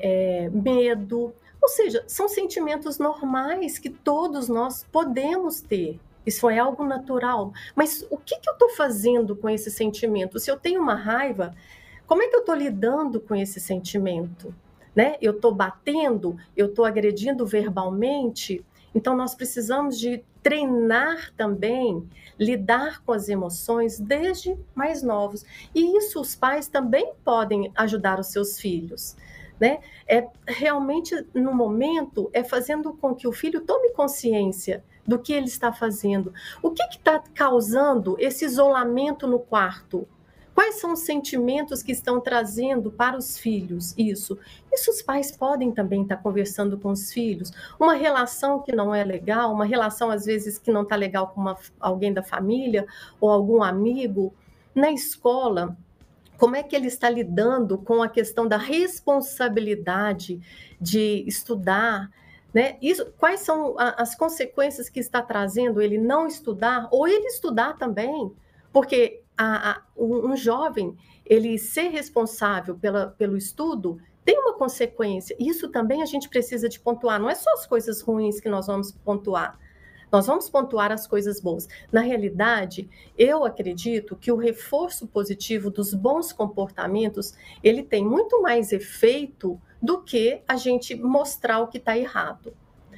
medo, ou seja, são sentimentos normais que todos nós podemos ter. Isso é algo natural. Mas o que eu estou fazendo com esse sentimento? Se eu tenho uma raiva, como é que eu estou lidando com esse sentimento? Né? Eu estou batendo, eu estou agredindo verbalmente. Então, nós precisamos de treinar também, lidar com as emoções desde mais novos. E isso os pais também podem ajudar os seus filhos. Né? Realmente, no momento, fazendo com que o filho tome consciência do que ele está fazendo. O que está causando esse isolamento no quarto? Quais são os sentimentos que estão trazendo para os filhos isso? Isso os pais podem também estar conversando com os filhos. Uma relação que não é legal, uma relação às vezes que não está legal com alguém da família ou algum amigo. Na escola, como é que ele está lidando com a questão da responsabilidade de estudar, né? Quais são as consequências que está trazendo ele não estudar ou ele estudar também? Porque um jovem, ele ser responsável pelo estudo, tem uma consequência. Isso também a gente precisa de pontuar. Não é só as coisas ruins que nós vamos pontuar. Nós vamos pontuar as coisas boas. Na realidade, eu acredito que o reforço positivo dos bons comportamentos, ele tem muito mais efeito do que a gente mostrar o que está errado.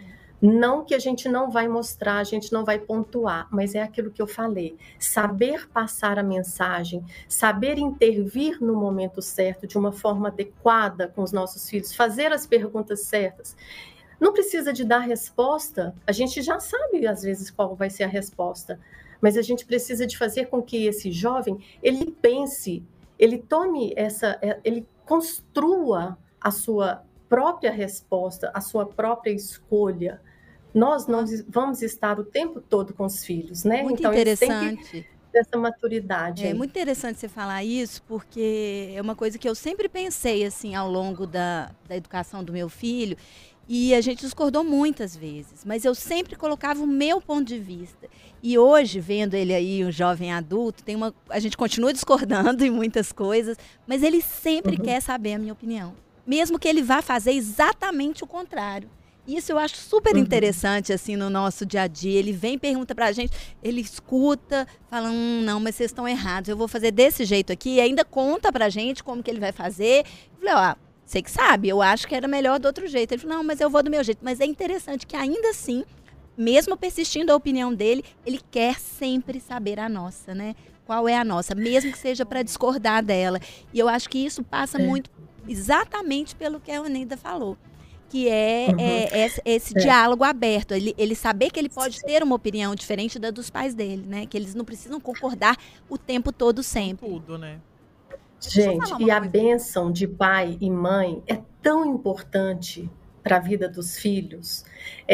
Não que a gente não vai mostrar, a gente não vai pontuar, mas é aquilo que eu falei. Saber passar a mensagem, saber intervir no momento certo, de uma forma adequada com os nossos filhos, fazer as perguntas certas. Não precisa de dar resposta, a gente já sabe às vezes qual vai ser a resposta, mas a gente precisa de fazer com que esse jovem, ele pense, ele tome ele construa a sua própria resposta, a sua própria escolha. Nós não vamos estar o tempo todo com os filhos, né? Muito então, interessante. Eles têm que ter essa maturidade. É muito interessante você falar isso, porque é uma coisa que eu sempre pensei, assim, ao longo da educação do meu filho, e a gente discordou muitas vezes, mas eu sempre colocava o meu ponto de vista. E hoje, vendo ele aí, um jovem adulto, a gente continua discordando em muitas coisas, mas ele sempre quer saber a minha opinião, mesmo que ele vá fazer exatamente o contrário. Isso eu acho super interessante, assim, no nosso dia a dia. Ele vem e pergunta pra gente, ele escuta, fala, não, mas vocês estão errados, eu vou fazer desse jeito aqui, e ainda conta pra gente como que ele vai fazer. Eu falei, você que sabe, eu acho que era melhor do outro jeito. Ele falou, não, mas eu vou do meu jeito. Mas é interessante que ainda assim, mesmo persistindo a opinião dele, ele quer sempre saber a nossa, né? Qual é a nossa, mesmo que seja para discordar dela. E eu acho que isso passa muito exatamente pelo que a Eneida falou, que esse diálogo aberto, ele saber que ele pode ter uma opinião diferente da dos pais dele, né? Que eles não precisam concordar o tempo todo sempre. Tudo, né? Gente, e a bênção de pai e mãe é tão importante para a vida dos filhos.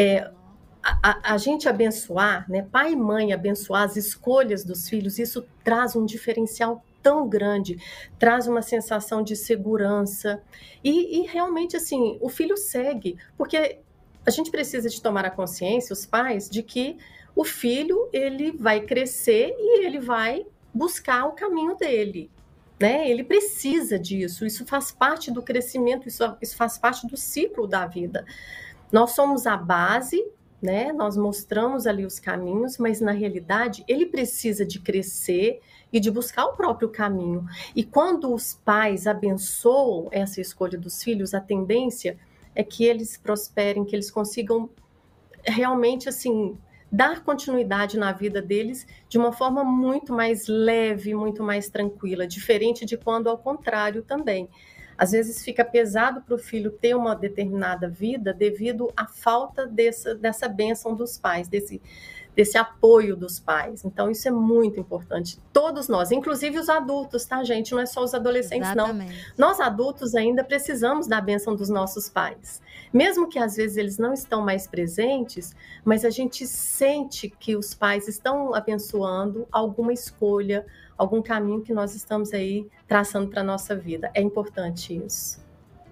A gente abençoar, né? Pai e mãe abençoar as escolhas dos filhos, isso traz um diferencial tão grande, traz uma sensação de segurança e realmente assim, o filho segue, porque a gente precisa de tomar a consciência, os pais, de que o filho, ele vai crescer e ele vai buscar o caminho dele, né? Ele precisa disso, isso faz parte do crescimento, isso faz parte do ciclo da vida. Nós somos a base, né? Nós mostramos ali os caminhos, mas na realidade ele precisa de crescer e de buscar o próprio caminho. E quando os pais abençoam essa escolha dos filhos, a tendência é que eles prosperem, que eles consigam realmente assim dar continuidade na vida deles de uma forma muito mais leve, muito mais tranquila, diferente de quando ao contrário também. Às vezes fica pesado para o filho ter uma determinada vida devido à falta dessa bênção dos pais, desse desse apoio dos pais. Então, isso é muito importante. Todos nós, inclusive os adultos, tá, gente? Não é só os adolescentes, Exatamente. não. Nós, adultos, ainda precisamos da bênção dos nossos pais. Mesmo que, às vezes, eles não estão mais presentes, mas a gente sente que os pais estão abençoando alguma escolha, algum caminho que nós estamos aí traçando para a nossa vida. É importante isso.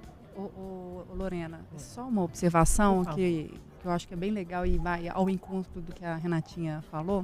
Lorena, só uma observação que eu acho que é bem legal e vai ao encontro do que a Renatinha falou.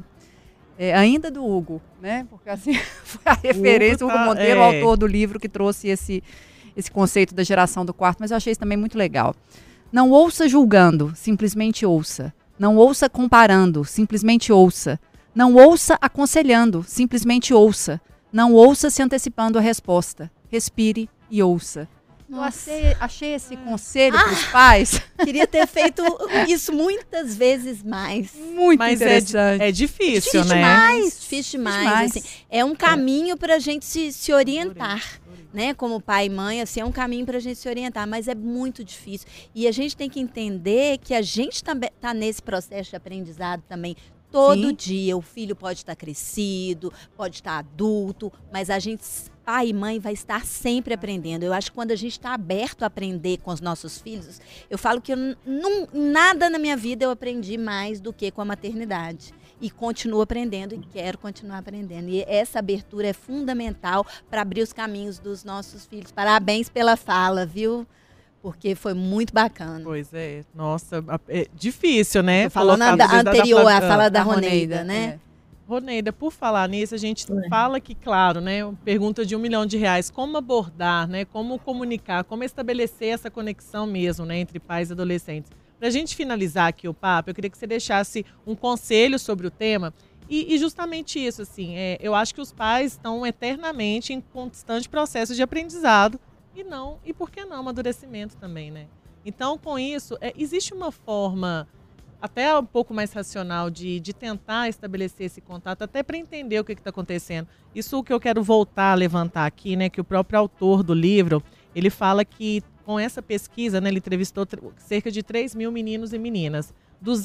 Ainda do Hugo, né? Porque assim foi a referência, o Hugo Monteiro, o autor do livro que trouxe esse conceito da geração do quarto, mas eu achei isso também muito legal. Não ouça julgando, simplesmente ouça. Não ouça comparando, simplesmente ouça. Não ouça aconselhando, simplesmente ouça. Não ouça se antecipando a resposta. Respire e ouça. Eu achei esse conselho para os pais. Queria ter feito isso muitas vezes mais. Muito interessante. É difícil, né? Difícil demais. Assim, é um caminho para a gente se orientar. Né, como pai e mãe, assim, é um caminho para a gente se orientar, mas é muito difícil. E a gente tem que entender que a gente também está nesse processo de aprendizado também. Todo dia o filho pode estar crescido, pode estar adulto, mas a gente, pai e mãe, vai estar sempre aprendendo. Eu acho que quando a gente está aberto a aprender com os nossos filhos, eu falo que nada na minha vida eu aprendi mais do que com a maternidade. E continuo aprendendo e quero continuar aprendendo. E essa abertura é fundamental para abrir os caminhos dos nossos filhos. Parabéns pela fala, viu? Porque foi muito bacana. Pois é. Nossa, é difícil, né? Tô falando anterior à fala da Roneida, né? Roneida, por falar nisso, a gente fala que, claro, né? Pergunta de R$1 milhão, como abordar, né? Como comunicar, como estabelecer essa conexão mesmo, né? Entre pais e adolescentes. Para a gente finalizar aqui o papo, eu queria que você deixasse um conselho sobre o tema e justamente isso, assim, eu acho que os pais estão eternamente em constante processo de aprendizado e por que não, amadurecimento também, né? Então, com isso, existe uma forma até um pouco mais racional de tentar estabelecer esse contato, até para entender o que está acontecendo. Isso que eu quero voltar a levantar aqui, né, que o próprio autor do livro, ele fala que com essa pesquisa, né, ele entrevistou cerca de 3 mil meninos e meninas.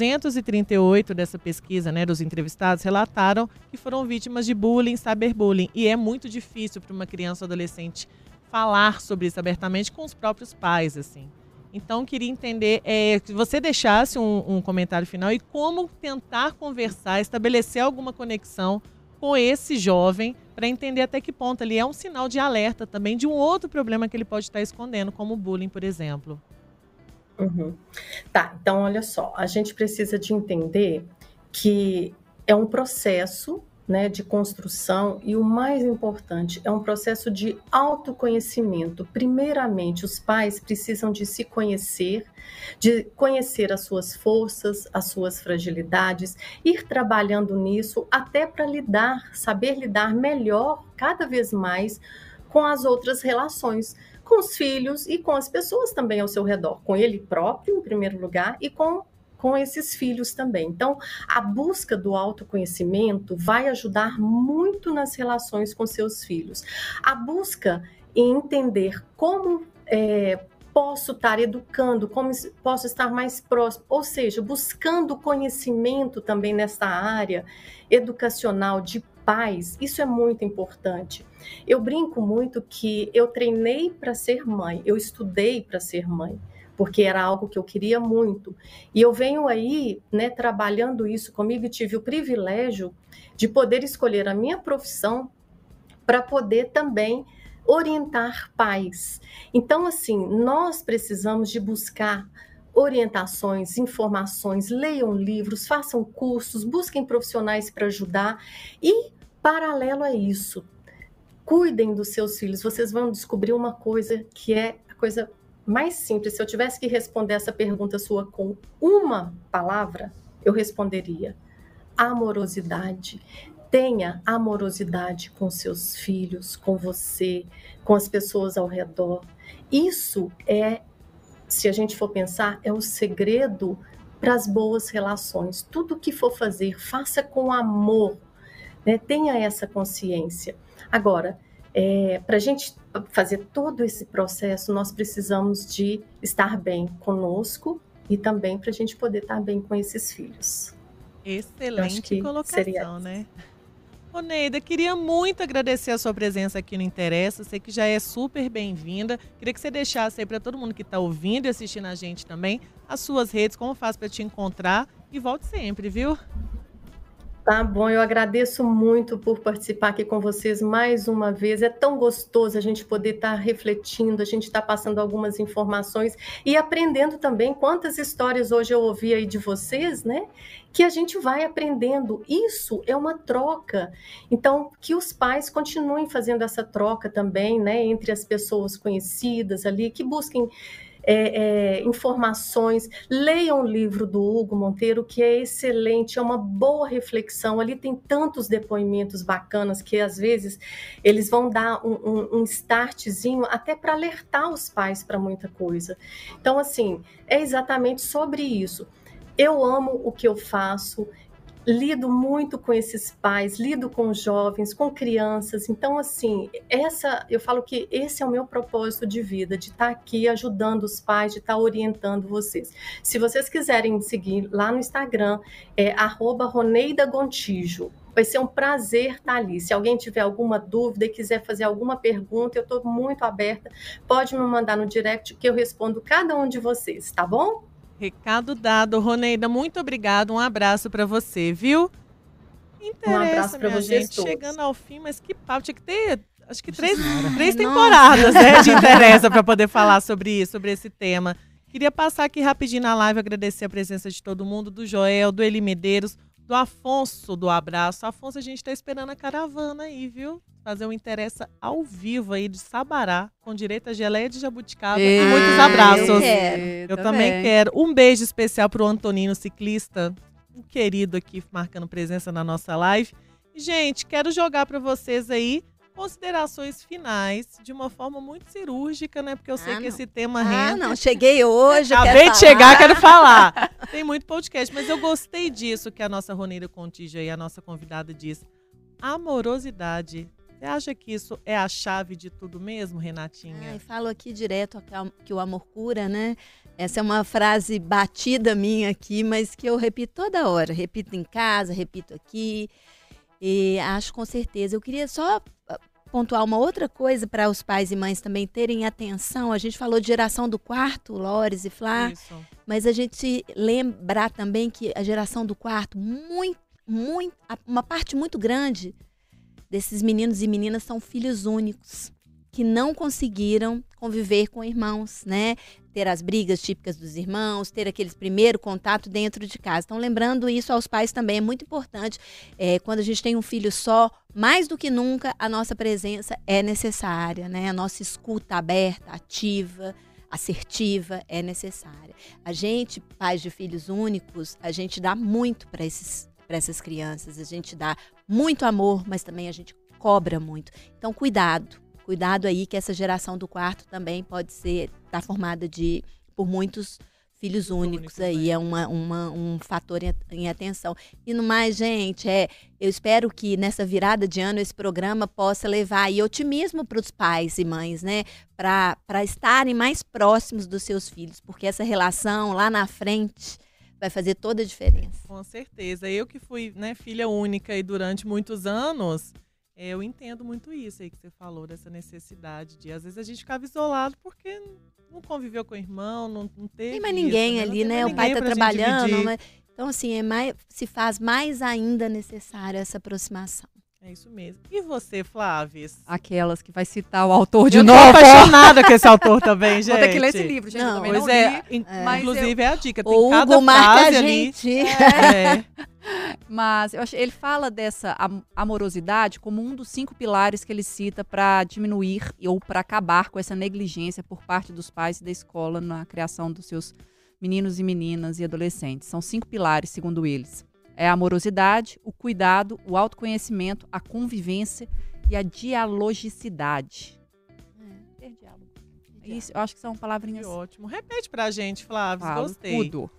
238 dessa pesquisa, né, dos entrevistados, relataram que foram vítimas de bullying, cyberbullying. E é muito difícil para uma criança ou adolescente falar sobre isso abertamente com os próprios pais, assim. Então, queria entender que você deixasse um comentário final e como tentar conversar, estabelecer alguma conexão com esse jovem para entender até que ponto ali é um sinal de alerta também de um outro problema que ele pode estar escondendo, como o bullying, por exemplo. Tá, então olha só, a gente precisa de entender que é um processo, né, de construção e o mais importante, é um processo de autoconhecimento. Primeiramente, os pais precisam de se conhecer, de conhecer as suas forças, as suas fragilidades, ir trabalhando nisso até para saber lidar melhor, cada vez mais, com as outras relações, com os filhos e com as pessoas também ao seu redor, com ele próprio, em primeiro lugar, e com esses filhos também. Então, a busca do autoconhecimento vai ajudar muito nas relações com seus filhos. A busca em entender como posso estar educando, como posso estar mais próximo, ou seja, buscando conhecimento também nessa área educacional de pais, isso é muito importante. Eu brinco muito que eu treinei para ser mãe, eu estudei para ser mãe, porque era algo que eu queria muito. E eu venho aí, né, trabalhando isso comigo e tive o privilégio de poder escolher a minha profissão para poder também orientar pais. Então, assim, nós precisamos de buscar orientações, informações, leiam livros, façam cursos, busquem profissionais para ajudar e, paralelo a isso, cuidem dos seus filhos. Vocês vão descobrir uma coisa que é a coisa mais simples. Se eu tivesse que responder essa pergunta sua com uma palavra, eu responderia: amorosidade. Tenha amorosidade com seus filhos, com você, com as pessoas ao redor. Isso se a gente for pensar, é o segredo para as boas relações. Tudo que for fazer, faça com amor, né? Tenha essa consciência. Agora, para a gente fazer todo esse processo, nós precisamos de estar bem conosco e também para a gente poder estar bem com esses filhos. Excelente colocação, né? Ô, Neida, queria muito agradecer a sua presença aqui no Interessa. Sei que já é super bem-vinda. Queria que você deixasse aí para todo mundo que está ouvindo e assistindo a gente também as suas redes, como faz para te encontrar. E volte sempre, viu? Tá bom, eu agradeço muito por participar aqui com vocês mais uma vez. É tão gostoso a gente poder estar refletindo, a gente está passando algumas informações e aprendendo também quantas histórias hoje eu ouvi aí de vocês, né? Que a gente vai aprendendo. Isso é uma troca. Então, que os pais continuem fazendo essa troca também, né? Entre as pessoas conhecidas ali, que busquem informações, leiam o livro do Hugo Monteiro, que é excelente, é uma boa reflexão, ali tem tantos depoimentos bacanas que às vezes eles vão dar um startzinho até para alertar os pais para muita coisa. Então, assim, é exatamente sobre isso. Eu amo o que eu faço, lido muito com esses pais, lido com jovens, com crianças. Então, assim, eu falo que esse é o meu propósito de vida, de estar aqui ajudando os pais, de estar orientando vocês. Se vocês quiserem me seguir lá no Instagram, é @RoneidaGontijo. Vai ser um prazer estar ali. Se alguém tiver alguma dúvida e quiser fazer alguma pergunta, eu estou muito aberta. Pode me mandar no direct que eu respondo cada um de vocês, tá bom? Recado dado. Roneida, muito obrigada. Um abraço para você, viu? Interessa, um abraço para vocês gente. todos. Chegando ao fim, mas que papo. Tinha que ter, acho que três temporadas, né, de Interessa para poder falar sobre isso, sobre esse tema. Queria passar aqui rapidinho na live, agradecer a presença de todo mundo, do Joel, do Eli Medeiros, do Afonso, do Abraço. Afonso, a gente tá esperando a caravana aí, viu? Fazer um Interessa ao vivo aí de Sabará, com direito a geleia de jabuticaba e muitos abraços. Eu também quero. Um beijo especial pro Antonino, ciclista, um querido aqui marcando presença na nossa live. E, gente, quero jogar para vocês aí considerações finais de uma forma muito cirúrgica, né? Porque eu sei que esse tema rende. Cheguei hoje, acabei de chegar, quero falar. Tem muito podcast, mas eu gostei disso que a nossa Roneida Gontijo aí, a nossa convidada disse. Amorosidade. Você acha que isso é a chave de tudo mesmo, Renatinha? Eu falo aqui direto que o amor cura, né? Essa é uma frase batida minha aqui, mas que eu repito toda hora. Repito em casa, repito aqui. E acho com certeza. Eu queria só pontuar uma outra coisa para os pais e mães também terem atenção. A gente falou de geração do quarto, Lores e Flá, mas a gente lembrar também que a geração do quarto, uma parte muito grande desses meninos e meninas são filhos únicos, que não conseguiram conviver com irmãos, né? Ter as brigas típicas dos irmãos, ter aquele primeiro contato dentro de casa. Então, lembrando isso aos pais também, é muito importante. Quando a gente tem um filho só, mais do que nunca, a nossa presença é necessária, né? A nossa escuta aberta, ativa, assertiva é necessária. A gente, pais de filhos únicos, a gente dá muito para essas crianças. A gente dá muito amor, mas também a gente cobra muito. Então, cuidado aí que essa geração do quarto também pode tá formada por muitos filhos únicos aí, né? É um fator em atenção. E no mais, gente, eu espero que nessa virada de ano esse programa possa levar aí otimismo para os pais e mães, né? Para estarem mais próximos dos seus filhos, porque essa relação lá na frente vai fazer toda a diferença. Com certeza. Eu que fui, né, filha única e durante muitos anos, eu entendo muito isso aí que você falou, dessa necessidade de, às vezes, a gente ficava isolado porque não conviveu com o irmão, não teve. Tem mais ninguém ali, né? O pai tá trabalhando. Então, assim, se faz mais ainda necessária essa aproximação. É isso mesmo. E você, Flávia? Aquelas que vai citar o autor de novo. Eu tô apaixonada com esse autor também, gente. Vou ter que ler esse livro, gente. Não, pois inclusive é a dica. Tem o cada Hugo marca frase a ali. gente. Mas ele fala dessa amorosidade como um dos 5 pilares que ele cita para diminuir ou para acabar com essa negligência por parte dos pais e da escola na criação dos seus meninos e meninas e adolescentes. São 5 pilares, segundo eles. É a amorosidade, o cuidado, o autoconhecimento, a convivência e a dialogicidade. Ter diálogo. Isso, eu acho que são palavrinhas. Que ótimo. Repete pra gente, Flávio. Gostei. Tudo.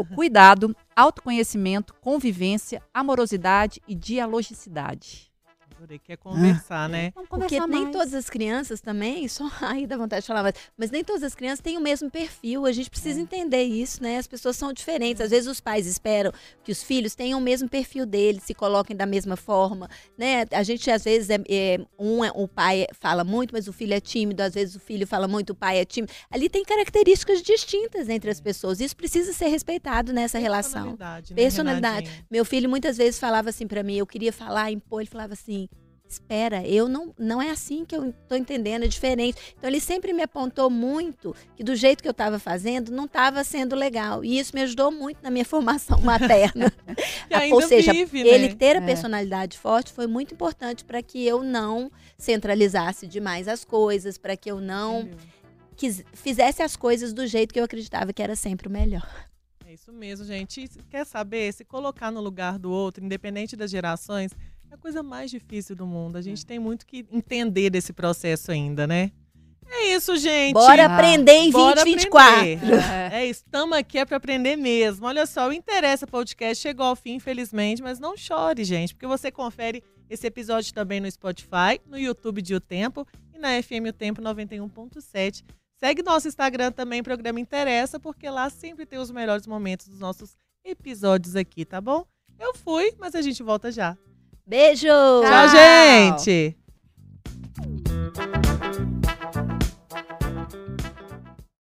Cuidado, autoconhecimento, convivência, amorosidade e dialogicidade. Quer conversar, né? Vamos Porque conversar nem mais. todas as crianças também, só aí dá vontade de falar, mas nem todas as crianças têm o mesmo perfil. A gente precisa entender isso, né? As pessoas são diferentes. Às vezes os pais esperam que os filhos tenham o mesmo perfil deles, se coloquem da mesma forma, né? A gente, às vezes, o pai fala muito, mas o filho é tímido. Às vezes o filho fala muito, o pai é tímido. Ali tem características distintas entre as pessoas. Isso precisa ser respeitado nessa relação. Personalidade. Personalidade. Meu filho muitas vezes falava assim pra mim, eu queria falar, impor, ele falava assim, espera, eu não é assim que eu tô entendendo, é diferente. Então ele sempre me apontou muito que do jeito que eu estava fazendo, não estava sendo legal. E isso me ajudou muito na minha formação materna. Ou seja, vive, né? ele ter a personalidade forte foi muito importante para que eu não centralizasse demais as coisas, para que eu não fizesse as coisas do jeito que eu acreditava que era sempre o melhor. É isso mesmo, gente. E quer saber, se colocar no lugar do outro, independente das gerações, é a coisa mais difícil do mundo. A gente tem muito que entender desse processo ainda, né? É isso, gente. Bora aprender em Bora 2024. aprender. É isso, estamos aqui para aprender mesmo. Olha só, o Interessa Podcast chegou ao fim, infelizmente, mas não chore, gente, porque você confere esse episódio também no Spotify, no YouTube de O Tempo e na FM O Tempo 91.7. Segue nosso Instagram também, Programa Interessa, porque lá sempre tem os melhores momentos dos nossos episódios aqui, tá bom? Eu fui, mas a gente volta já. Beijo! Tchau, gente!